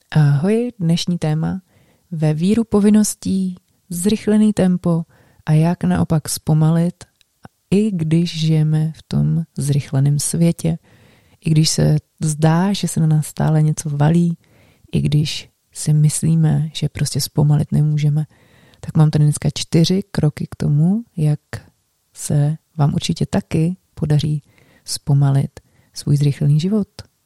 Ahoj, dnešní téma: ve víru povinností, zrychlený tempo a jak naopak zpomalit, i když žijeme v tom zrychleném světě, i když se zdá, že se na nás stále něco valí, i když si myslíme, že prostě zpomalit nemůžeme, tak mám tady dneska 4 kroky k tomu, jak se vám určitě taky podaří zpomalit svůj zrychlený život.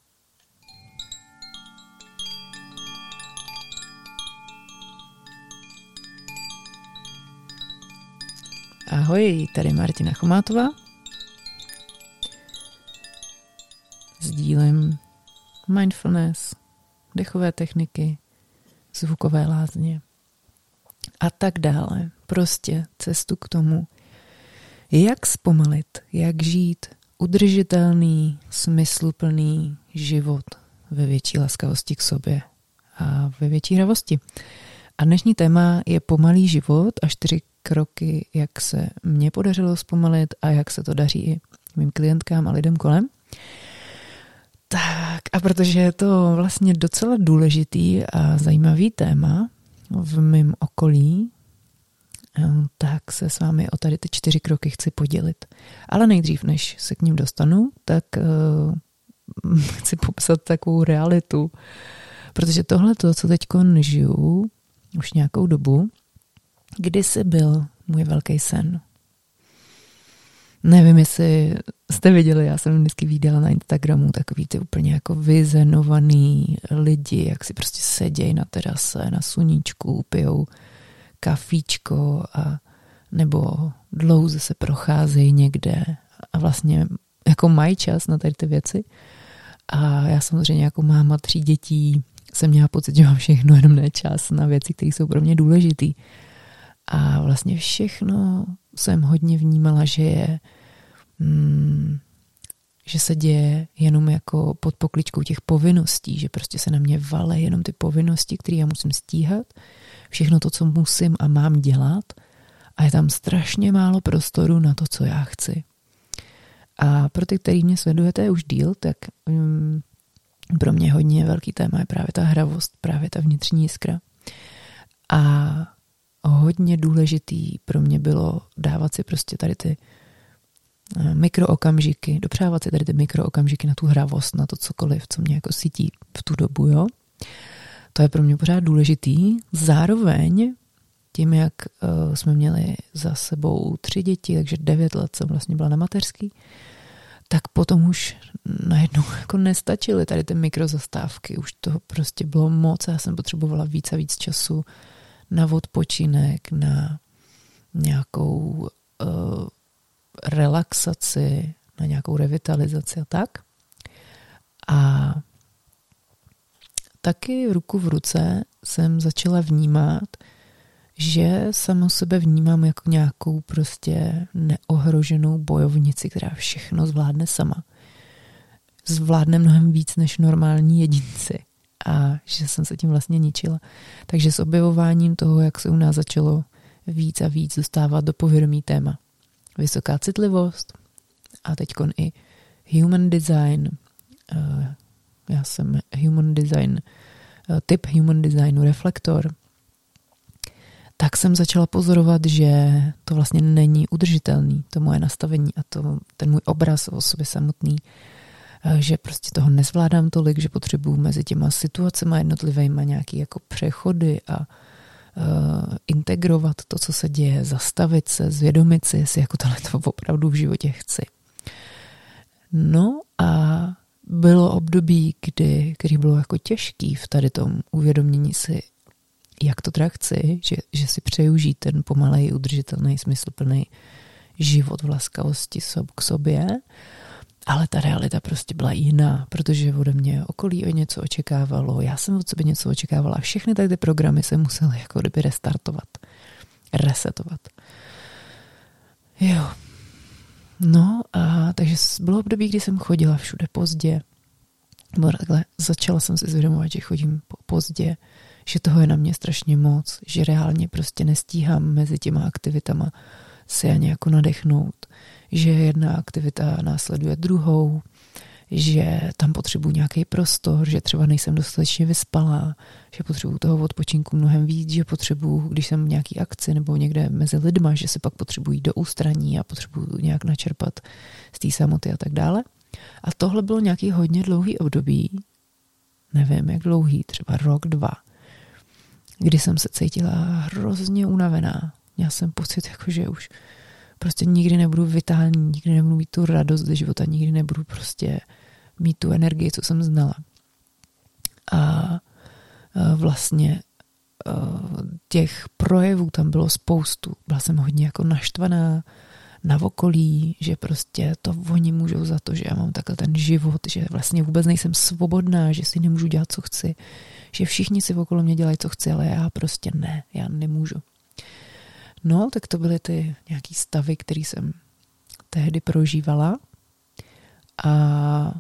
Ahoj, tady Martina Chomátová. Sdílím mindfulness, dechové techniky, zvukové lázně a tak dále. Prostě cestu k tomu, jak zpomalit, jak žít udržitelný, smysluplný život ve větší laskavosti k sobě a ve větší hravosti. A dnešní téma je pomalý život a 4 kroky, jak se mně podařilo zpomalit a jak se to daří i mým klientkám a lidem kolem. Tak a protože je to vlastně docela důležitý a zajímavý téma v mém okolí, tak se s vámi o tady ty 4 kroky chci podělit. Ale nejdřív, než se k ním dostanu, tak chci popsat takovou realitu, protože tohle, co teďko žiju už nějakou dobu, kdysi byl můj velký sen. Nevím, jestli jste viděli, já jsem vždycky viděla na Instagramu takový ty úplně jako vyzenovaný lidi, jak si prostě sedějí na terase, na sluníčku, pijou kafíčko a nebo dlouze se procházejí někde a vlastně jako mají čas na tady ty věci. A já samozřejmě jako máma 3 dětí jsem měla pocit, že mám všechno, jenom ne čas na věci, které jsou pro mě důležitý. A vlastně všechno jsem hodně vnímala, že se děje jenom jako pod pokličkou těch povinností, že prostě se na mě vale jenom ty povinnosti, které já musím stíhat, všechno to, co musím a mám dělat, a je tam strašně málo prostoru na to, co já chci. A pro ty, který mě sledujete už díl, tak pro mě hodně velký téma je právě ta hravost, právě ta vnitřní jiskra. A hodně důležitý pro mě bylo dávat si prostě tady ty mikrookamžiky, dopřávat si tady ty mikrookamžiky na tu hravost, na to cokoliv, co mě jako cítí v tu dobu, jo. To je pro mě pořád důležitý. Zároveň tím, jak jsme měli za sebou 3 děti, takže 9 let jsem vlastně byla na mateřský, tak potom už najednou jako nestačily tady ty mikrozastávky. Už toho prostě bylo moc a já jsem potřebovala víc a víc času na odpočinek, na nějakou relaxaci, na nějakou revitalizaci a tak. A taky ruku v ruce jsem začala vnímat, že samo sebe vnímám jako nějakou prostě neohroženou bojovnici, která všechno zvládne sama. Zvládne mnohem víc než normální jedinci. A že jsem se tím vlastně ničila. Takže s objevováním toho, jak se u nás začalo víc a víc dostávat do povědomí téma vysoká citlivost a teďkon i human design. Já jsem typ human designu reflektor. Tak jsem začala pozorovat, že to vlastně není udržitelný, to moje nastavení a ten můj obraz o sobě samotný, že prostě toho nezvládám tolik, že potřebuju mezi těma situacemi jednotlivými nějaký jako přechody a integrovat to, co se děje, zastavit se, zvědomit si, jestli jako tohle to opravdu v životě chci. No a bylo období, který bylo jako těžký v tady tom uvědomění si, jak to teda chci, že si přeju žít ten pomalej, udržitelný, smysluplný život v laskavosti k sobě, ale ta realita prostě byla jiná, protože ode mě okolí o něco očekávalo, já jsem od sebe něco očekávala a všechny tady ty programy se musely jako kdyby restartovat, resetovat. Jo. No a takže bylo období, kdy jsem chodila všude pozdě, začala jsem si zvědomovat, že chodím pozdě, že toho je na mě strašně moc, že reálně prostě nestíhám mezi těma aktivitama si ani jako nadechnout, že jedna aktivita následuje druhou, že tam potřebuji nějaký prostor, že třeba nejsem dostatečně vyspalá, že potřebuji toho odpočinku mnohem víc, že potřebuji, když jsem v nějaký akci nebo někde mezi lidma, že se pak potřebuji do ústraní a potřebuji nějak načerpat z té samoty a tak dále. A tohle bylo nějaký hodně dlouhý období, nevím jak dlouhý, třeba rok, 2, kdy jsem se cítila hrozně unavená. Měla jsem pocit, jako, že už prostě nikdy nebudu vitální, nikdy nebudu mít tu radost ze života, nikdy nebudu prostě mít tu energii, co jsem znala. A vlastně těch projevů tam bylo spoustu. Byla jsem hodně jako naštvaná na okolí, že prostě to oni můžou za to, že já mám takhle ten život, že vlastně vůbec nejsem svobodná, že si nemůžu dělat, co chci, že všichni si okolo mě dělají, co chci, ale já prostě ne, já nemůžu. No, tak to byly ty nějaký stavy, které jsem tehdy prožívala a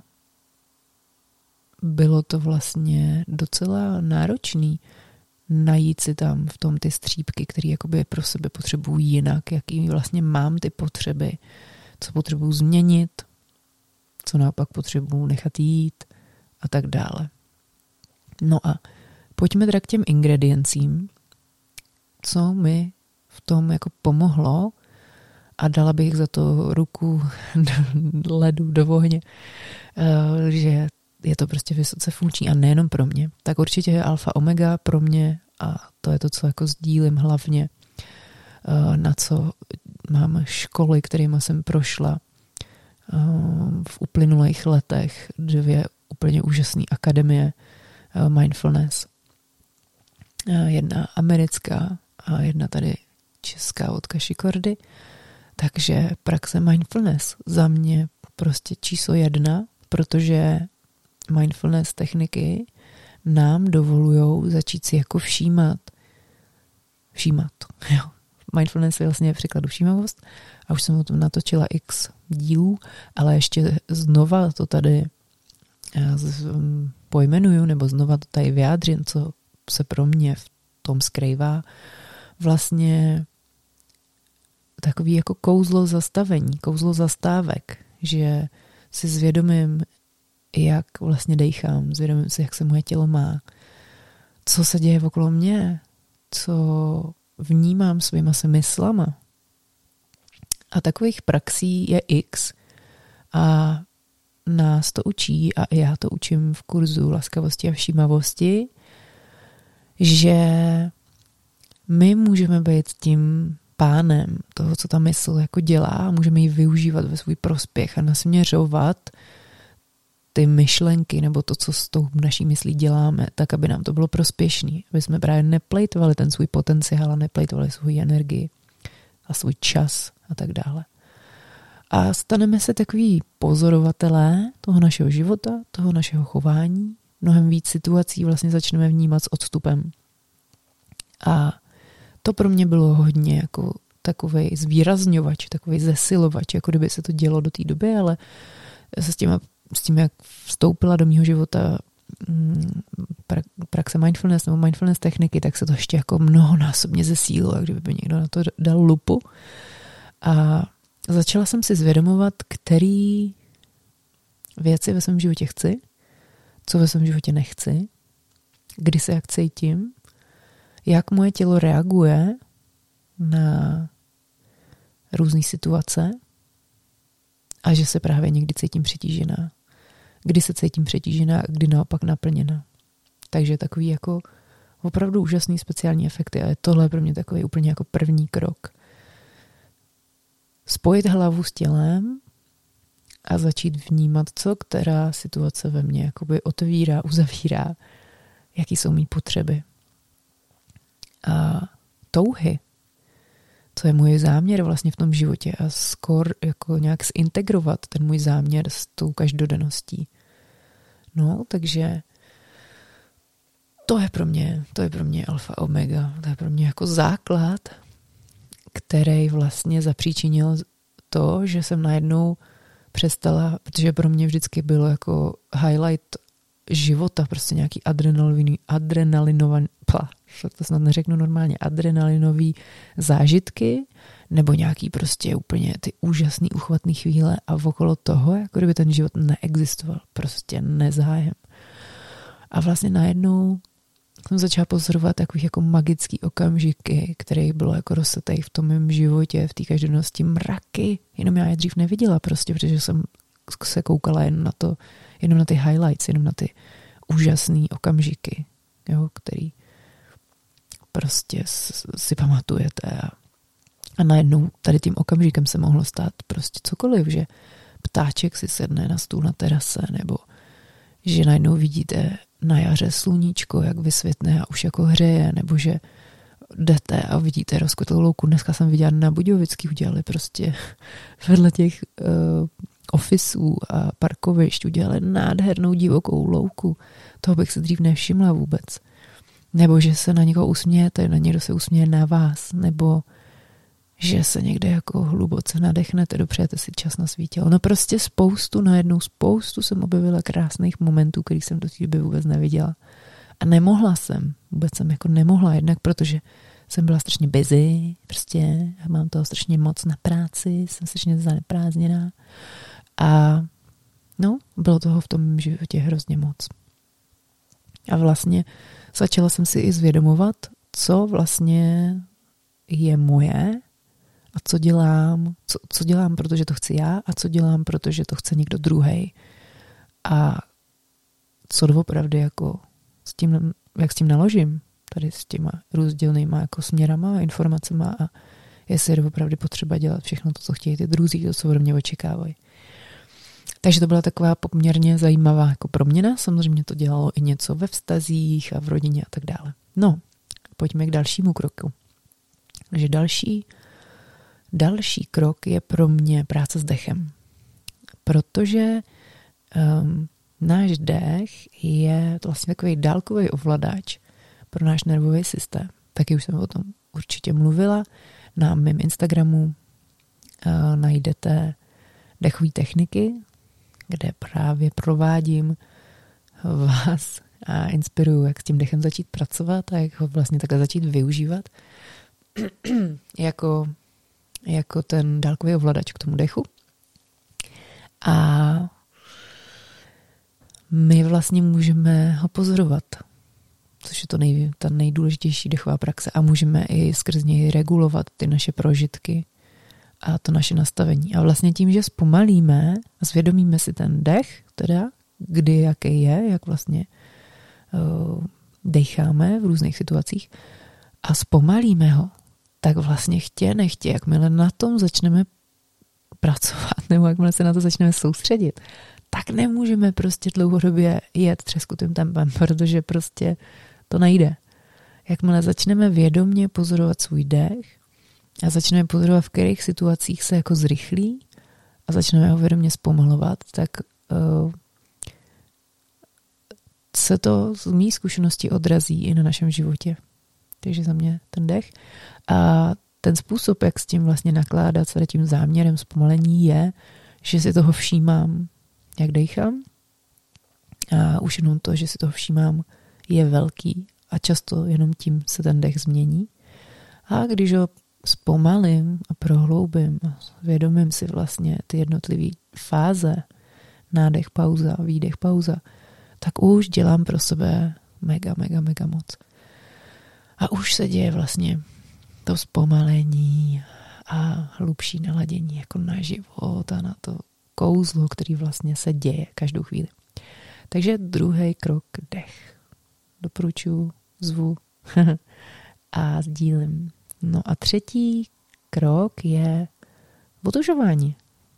bylo to vlastně docela náročný najít si tam v tom ty střípky, které jakoby pro sebe potřebuji jinak, jaký vlastně mám ty potřeby, co potřebuji změnit, co naopak potřebuji nechat jít a tak dále. No a pojďme teda k těm ingrediencím, co mi v tom jako pomohlo a dala bych za to ruku do ledu, do ohně, že je to prostě vysoce funkční a nejenom pro mě. Tak určitě je alfa omega pro mě a to je to, co jako sdílím hlavně, na co mám školy, kterýma jsem prošla v uplynulých letech, 2 úplně úžasné akademie mindfulness. Jedna americká a jedna tady česká od Kaši Kordy. Takže praxe mindfulness za mě prostě číslo 1, protože mindfulness techniky nám dovolujou začít si jako všímat. Jo. Mindfulness je vlastně v překladu všímavost a už jsem o tom natočila x dílů, ale ještě znova to tady pojmenuju nebo znova to tady vyjádřím, co se pro mě v tom skrývá. Vlastně takový jako kouzlo zastavení, kouzlo zastávek, že si zvědomím, jak vlastně dejchám, zvědomím si, jak se moje tělo má, co se děje okolo mě, co vnímám svýma se myslama. A takových praxí je x a nás to učí a já to učím v kurzu laskavosti a všímavosti, že my můžeme být tím pánem toho, co ta mysl jako dělá a můžeme ji využívat ve svůj prospěch a nasměřovat ty myšlenky nebo to, co s tou naší myslí děláme, tak, aby nám to bylo prospěšný. Aby jsme právě neplejtovali ten svůj potenciál a neplejtovali svou energii a svůj čas a tak dále. A staneme se takový pozorovatelé toho našeho života, toho našeho chování. Mnohem víc situací vlastně začneme vnímat s odstupem. A to pro mě bylo hodně jako takovej zvýrazňovač, takovej zesilovač, jako kdyby se to dělo do té doby, ale s tím, jak vstoupila do mýho života praxe mindfulness nebo mindfulness techniky, tak se to ještě jako mnohonásobně zesílilo, jak kdyby někdo na to dal lupu. A začala jsem si zvědomovat, který věci ve svém životě chci, co ve svém životě nechci, kdy se jak cítím, jak moje tělo reaguje na různé situace a že se právě někdy cítím přetížená. Kdy se cítím přetížená a kdy naopak naplněná. Takže takový jako opravdu úžasný speciální efekty a tohle je pro mě takový úplně jako první krok. Spojit hlavu s tělem a začít vnímat, co která situace ve mně jakoby otvírá, uzavírá, jaký jsou mý potřeby. A touhy, co je můj záměr vlastně v tom životě a jako nějak zintegrovat ten můj záměr s tou každodenností. No, takže to je pro mě alfa omega, to je pro mě jako základ, který vlastně zapříčinil to, že jsem najednou přestala, protože pro mě vždycky bylo jako highlight života, prostě nějaký to snad neřeknu normálně, adrenalinový zážitky, nebo nějaký prostě úplně ty úžasný uchvatný chvíle a okolo toho, jako kdyby ten život neexistoval, prostě nezájem. A vlastně najednou jsem začala pozorovat takových jako magický okamžiky, které bylo jako rozsetej v tom mém životě, v té každodennosti mraky, jenom já je dřív neviděla prostě, protože jsem se koukala jenom na ty highlights, jenom na ty úžasné okamžiky, jo, který prostě si pamatujete a najednou tady tím okamžikem se mohlo stát prostě cokoliv, že ptáček si sedne na stůl na terase, nebo že najednou vidíte na jaře sluníčko, jak vysvětne a už jako hřeje, nebo že jdete a vidíte rozkvetlou louku. Dneska jsem viděla na Budějovický, udělali prostě vedle těch ofisů a parkovišť udělali nádhernou divokou louku. Toho bych se dřív nevšimla vůbec. Nebo že se na někoho usmějete, na někdo se usměje na vás, nebo že se někde jako hluboce nadechnete, dopřejete si čas na svý tělo. No prostě najednou spoustu jsem objevila krásných momentů, kterých jsem do té doby vůbec neviděla. A nemohla jsem, vůbec jsem jako nemohla, jednak protože jsem byla strašně busy, prostě mám toho strašně moc na práci, jsem strašně zaneprázdněná. A no, bylo toho v tom životě hrozně moc. A vlastně začala jsem si i zvědomovat, co vlastně je moje a co dělám, protože to chci já a co dělám, protože to chce někdo druhej. A co doopravdy jako s tím, jak s tím naložím, tady s těma rozdílnýma jako směrama a informacema a jestli je doopravdy potřeba dělat všechno to, co chtějí ty druzí, to, co ode mě očekávají. Takže to byla taková poměrně zajímavá jako proměna. Samozřejmě to dělalo i něco ve vztazích a v rodině a tak dále. No, pojďme k dalšímu kroku. Takže další krok je pro mě práce s dechem. Protože náš dech je vlastně takový dálkový ovladač pro náš nervový systém. Taky už jsem o tom určitě mluvila. Na mém Instagramu najdete dechové techniky, kde právě provádím vás a inspiruju, jak s tím dechem začít pracovat a jak ho vlastně takhle začít využívat jako ten dálkový ovladač k tomu dechu. A my vlastně můžeme ho pozorovat, což je ta nejdůležitější dechová praxe a můžeme i skrz něj regulovat ty naše prožitky a to naše nastavení. A vlastně tím, že zpomalíme a zvědomíme si ten dech, teda kdy, jaký je, jak vlastně decháme v různých situacích a zpomalíme ho, tak vlastně nechtě, jakmile na tom začneme pracovat nebo jakmile se na to začneme soustředit, tak nemůžeme prostě dlouhodobě jet třeskutým tempem, protože prostě to nejde. Jakmile začneme vědomě pozorovat svůj dech a začneme pozorovat, v kterých situacích se jako zrychlí a začneme ho vědomě zpomalovat, tak se to z mý zkušenosti odrazí i na našem životě. Takže za mě ten dech. A ten způsob, jak s tím vlastně nakládat, s tím záměrem zpomalení je, že si toho všímám, jak dejchám. A už jenom to, že si toho všímám, je velký a často jenom tím se ten dech změní. A když ho zpomalím a prohloubím a vědomím si vlastně ty jednotlivé fáze, nádech, pauza, výdech, pauza, tak už dělám pro sebe mega moc. A už se děje vlastně to zpomalení a hlubší naladění jako na život a na to kouzlo, který vlastně se děje každou chvíli. Takže druhý krok, dech. Doporučuji, zvu a sdílím. No a třetí krok je otužování.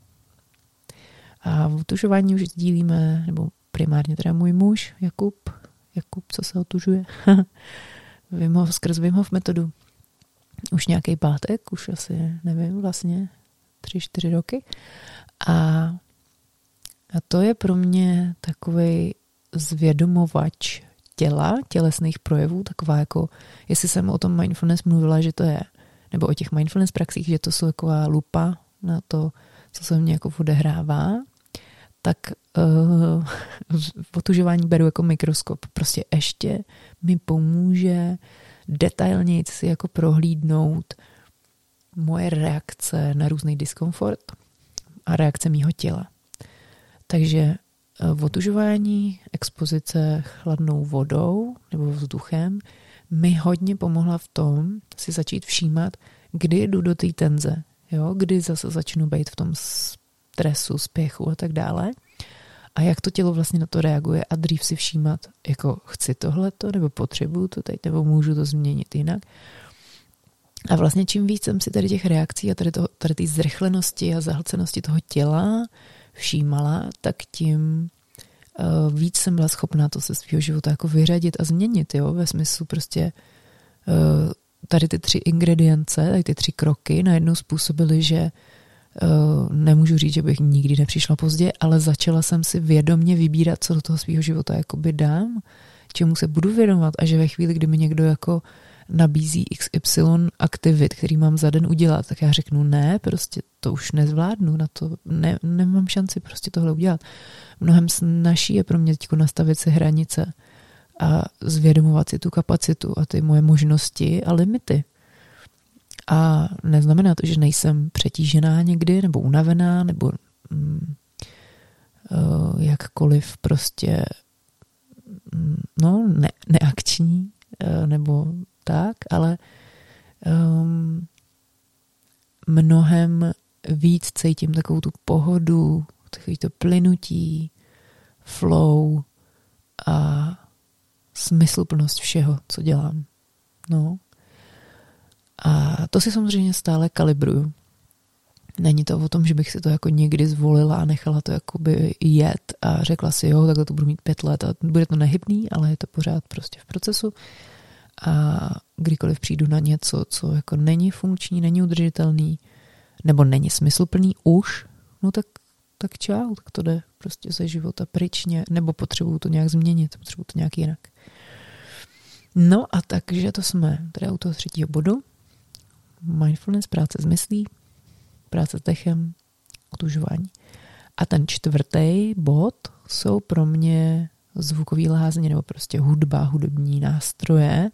A otužování už sdílíme, nebo primárně teda můj muž, Jakub, co se otužuje, skrz Wim Hof metodu. Už nějaký pátek, už asi, nevím, vlastně 3-4 roky. A to je pro mě takovej zvědomovač těla, tělesných projevů, taková jako, jestli jsem o tom mindfulness mluvila, že to je, nebo o těch mindfulness praxích, že to jsou taková lupa na to, co se v mně jako odehrává, tak otužování beru jako mikroskop. Prostě ještě mi pomůže detailněji si jako prohlídnout moje reakce na různý diskomfort a reakce mýho těla. Takže otužování, expozice chladnou vodou nebo vzduchem mi hodně pomohla v tom si začít všímat, kdy jdu do té tenze, jo? Kdy zase začnu být v tom stresu, spěchu a tak dále. A jak to tělo vlastně na to reaguje a dřív si všímat, jako chci tohleto, nebo potřebuju to teď, nebo můžu to změnit jinak. A vlastně čím víc jsem si tady těch reakcí a tady té zrychlenosti a zahlcenosti toho těla všímala, tak tím víc jsem byla schopná to se svého života jako vyřadit a změnit, jo, ve smyslu prostě tady ty 3 ingredience, tady ty 3 kroky najednou způsobily, že nemůžu říct, že bych nikdy nepřišla pozdě, ale začala jsem si vědomě vybírat, co do toho svého života jakoby dám, čemu se budu věnovat a že ve chvíli, kdy mi někdo jako nabízí XY aktivit, který mám za den udělat, tak já řeknu ne, prostě to už nezvládnu, na to nemám šanci prostě tohle udělat. Mnohem snazší je pro mě teď nastavit si hranice a zvědomovat si tu kapacitu a ty moje možnosti a limity. A neznamená to, že nejsem přetížená někdy, nebo unavená, nebo jakkoliv prostě neakční, nebo tak, ale mnohem víc cítím takovou tu pohodu, takový to plynutí, flow a smysluplnost všeho, co dělám. No. A to si samozřejmě stále kalibruju. Není to o tom, že bych si to jako někdy zvolila a nechala to jakoby jet a řekla si, jo, takhle to budu mít 5 let a bude to nehybný, ale je to pořád prostě v procesu. A kdykoliv přijdu na něco, co jako není funkční, není udržitelný, nebo není smysluplný už, no tak čau, tak to jde prostě ze života pryčně, nebo potřebuju to nějak změnit, potřebuju to nějak jinak. No a takže to jsme tady u toho 3. bodu. Mindfulness, práce s myslí, práce s dechem, otužování. A ten 4. bod jsou pro mě zvukový lázně nebo prostě hudba, hudební nástroje.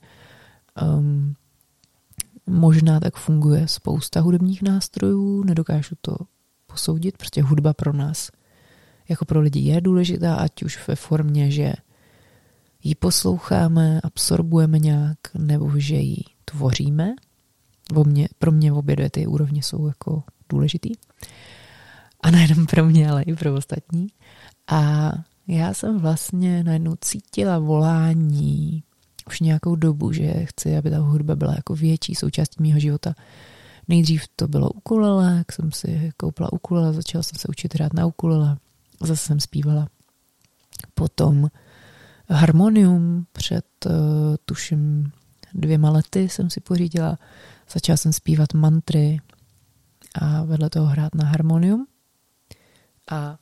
Možná tak funguje spousta hudebních nástrojů, nedokážu to posoudit, prostě hudba pro nás jako pro lidi je důležitá, ať už ve formě, že ji posloucháme, absorbujeme nějak, nebo že ji tvoříme. Pro mě obě dvě ty úrovně jsou jako důležitý. A nejenom pro mě, ale i pro ostatní. A já jsem vlastně najednou cítila volání už nějakou dobu, že chci, aby ta hudba byla jako větší součástí mýho života. Nejdřív to bylo ukulele, jak jsem si koupila ukulele, začala jsem se učit hrát na ukulele, zase jsem zpívala. Potom harmonium před tuším 2 lety jsem si pořídila, začala jsem zpívat mantry a vedle toho hrát na harmonium. A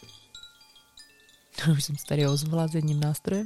už jsem se tady ozvala s jedním nástrojem.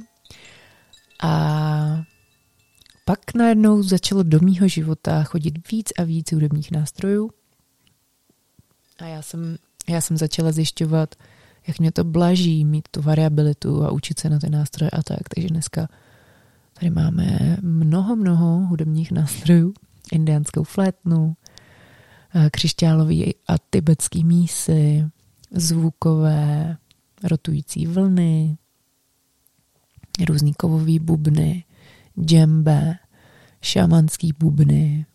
A pak najednou začalo do mýho života chodit víc a víc hudebních nástrojů. A já jsem začala zjišťovat, jak mě to blaží mít tu variabilitu a učit se na ty nástroje a tak. Takže dneska tady máme mnoho hudebních nástrojů. Indiánskou flétnu, křišťálový a tibetský mísy, zvukové, rotující vlny, různý kovový bubny, džembe, šamanský bubny,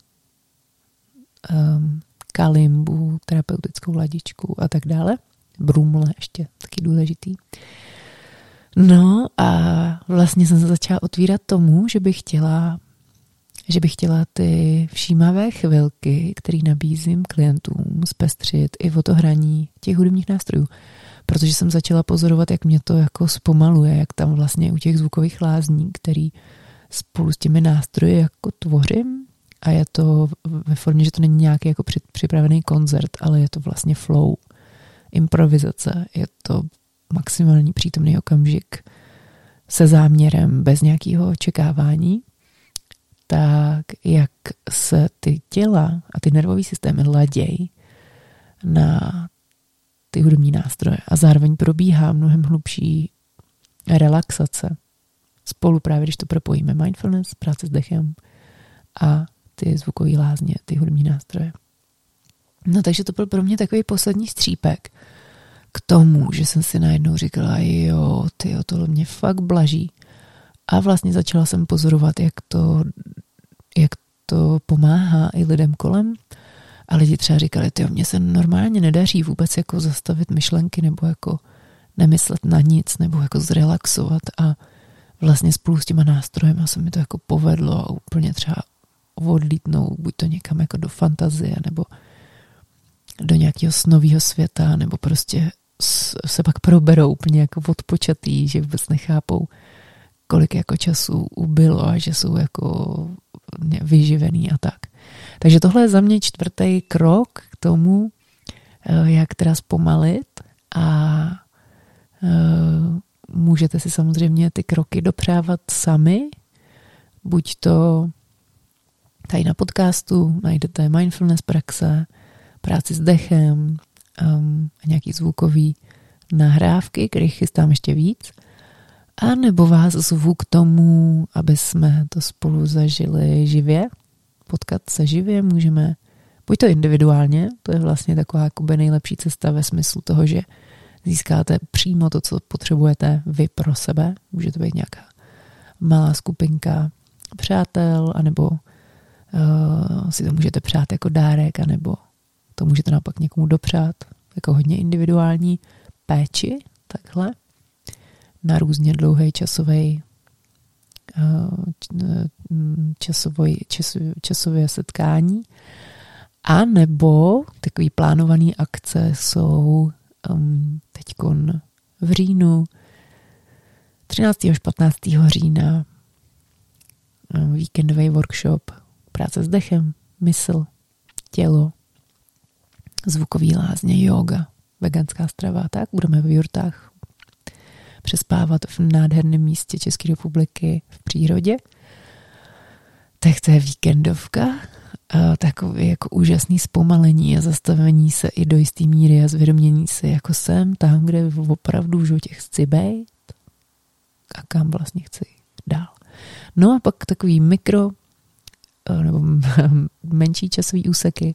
kalimbu, terapeutickou ladičku a tak dále. Brumle ještě taky důležitý. No a vlastně jsem se začala otvírat tomu, že bych chtěla ty všímavé chvilky, které nabízím klientům, zpestřit i o to hraní těch hudebních nástrojů. Protože jsem začala pozorovat, jak mě to jako zpomaluje, jak tam vlastně u těch zvukových lázní, který spolu s těmi nástroji jako tvořím, a je to ve formě, že to není nějaký jako připravený koncert, ale je to vlastně flow, improvizace, je to maximální přítomný okamžik se záměrem, bez nějakého očekávání, tak jak se ty těla a ty nervové systémy ladějí na ty hudební nástroje a zároveň probíhá mnohem hlubší relaxace. Spolu právě, když to propojíme, mindfulness, práce s dechem a ty zvukové lázně, ty hudební nástroje. No takže to byl pro mě takový poslední střípek k tomu, že jsem si najednou říkala, jo, tyjo, tohle mě fakt blaží. A vlastně začala jsem pozorovat, jak to pomáhá i lidem kolem. A lidi třeba říkali, tyjo, mně se normálně nedaří vůbec jako zastavit myšlenky nebo jako nemyslet na nic nebo jako zrelaxovat a vlastně spolu s těma nástrojema se mi to jako povedlo a úplně třeba odlítnout buď to někam jako do fantazie nebo do nějakého snového světa nebo prostě se pak proberou úplně jako odpočatý, že vůbec nechápou, kolik jako času ubylo a že jsou jako vyživený a tak. Takže tohle je za mě 4. krok k tomu, jak teda zpomalit a můžete si samozřejmě ty kroky dopřávat sami, buď to tady na podcastu najdete mindfulness praxe, práci s dechem a nějaký zvukový nahrávky, kterých chystám ještě víc. A nebo vás zvu k tomu, aby jsme to spolu zažili živě. Potkat se živě můžeme, buď to individuálně, to je vlastně taková jakoby nejlepší cesta ve smyslu toho, že získáte přímo to, co potřebujete vy pro sebe. Může to být nějaká malá skupinka přátel, anebo si to můžete přát jako dárek, anebo to můžete naopak někomu dopřát jako hodně individuální péči, takhle, na různě dlouhé časové setkání. A nebo takový plánovaný akce jsou teďkon v říjnu 13. až 15. října víkendový workshop práce s dechem, mysl, tělo, zvukový lázně, yoga, veganská strava, tak budeme v jurtách přespávat v nádherném místě České republiky v přírodě. Tak to je víkendovka, takové jako úžasné zpomalení a zastavení se i do jisté míry a zvědomění se, jako jsem tam, kde opravdu v životě chci být a kam vlastně chci dál. No a pak takový mikro nebo menší časový úseky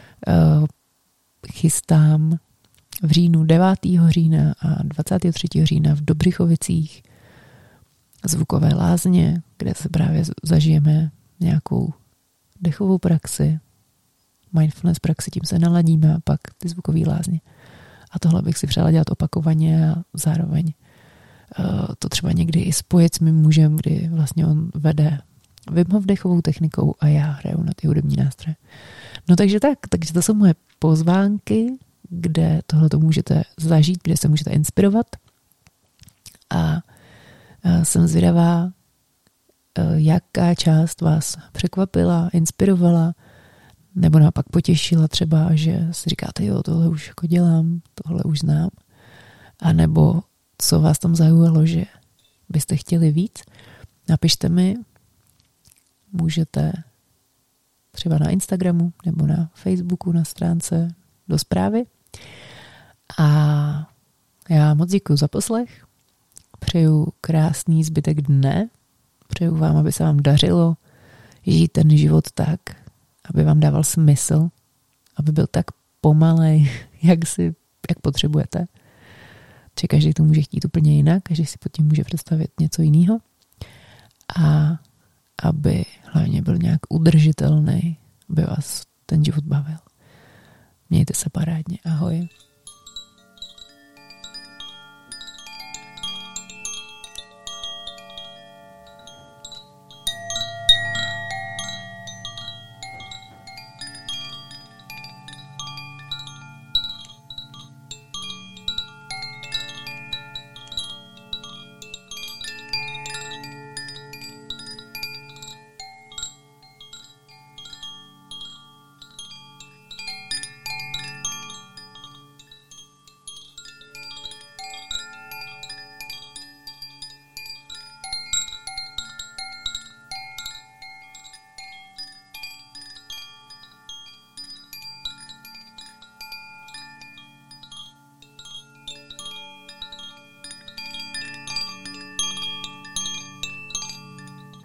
chystám v říjnu 9. října a 23. října v Dobřichovicích zvukové lázně, kde se právě zažijeme nějakou dechovou praxi, mindfulness praxi, tím se naladíme a pak ty zvukové lázně. A tohle bych si přála dělat opakovaně a zároveň to třeba někdy i spojit s mým mužem, kdy vlastně on vede Wim Hof dechovou technikou a já hraju na ty hudební nástroje. No takže to jsou moje pozvánky, kde tohle to můžete zažít, kde se můžete inspirovat a jsem zvědavá, jaká část vás překvapila, inspirovala, nebo naopak potěšila třeba, že si říkáte, jo, tohle už jako dělám, tohle už znám, a nebo co vás tam zaujalo, že byste chtěli víc, napište mi, můžete třeba na Instagramu nebo na Facebooku, na stránce do zprávy. A já moc děkuji za poslech, přeju krásný zbytek dne, přeju vám, aby se vám dařilo žít ten život tak, aby vám dával smysl, aby byl tak pomalej, jak potřebujete. Že každý to může chtít úplně jinak, každý si pod tím může představit něco jiného. A aby hlavně byl nějak udržitelný, aby vás ten život bavil. Mějte se parádně. Ahoj.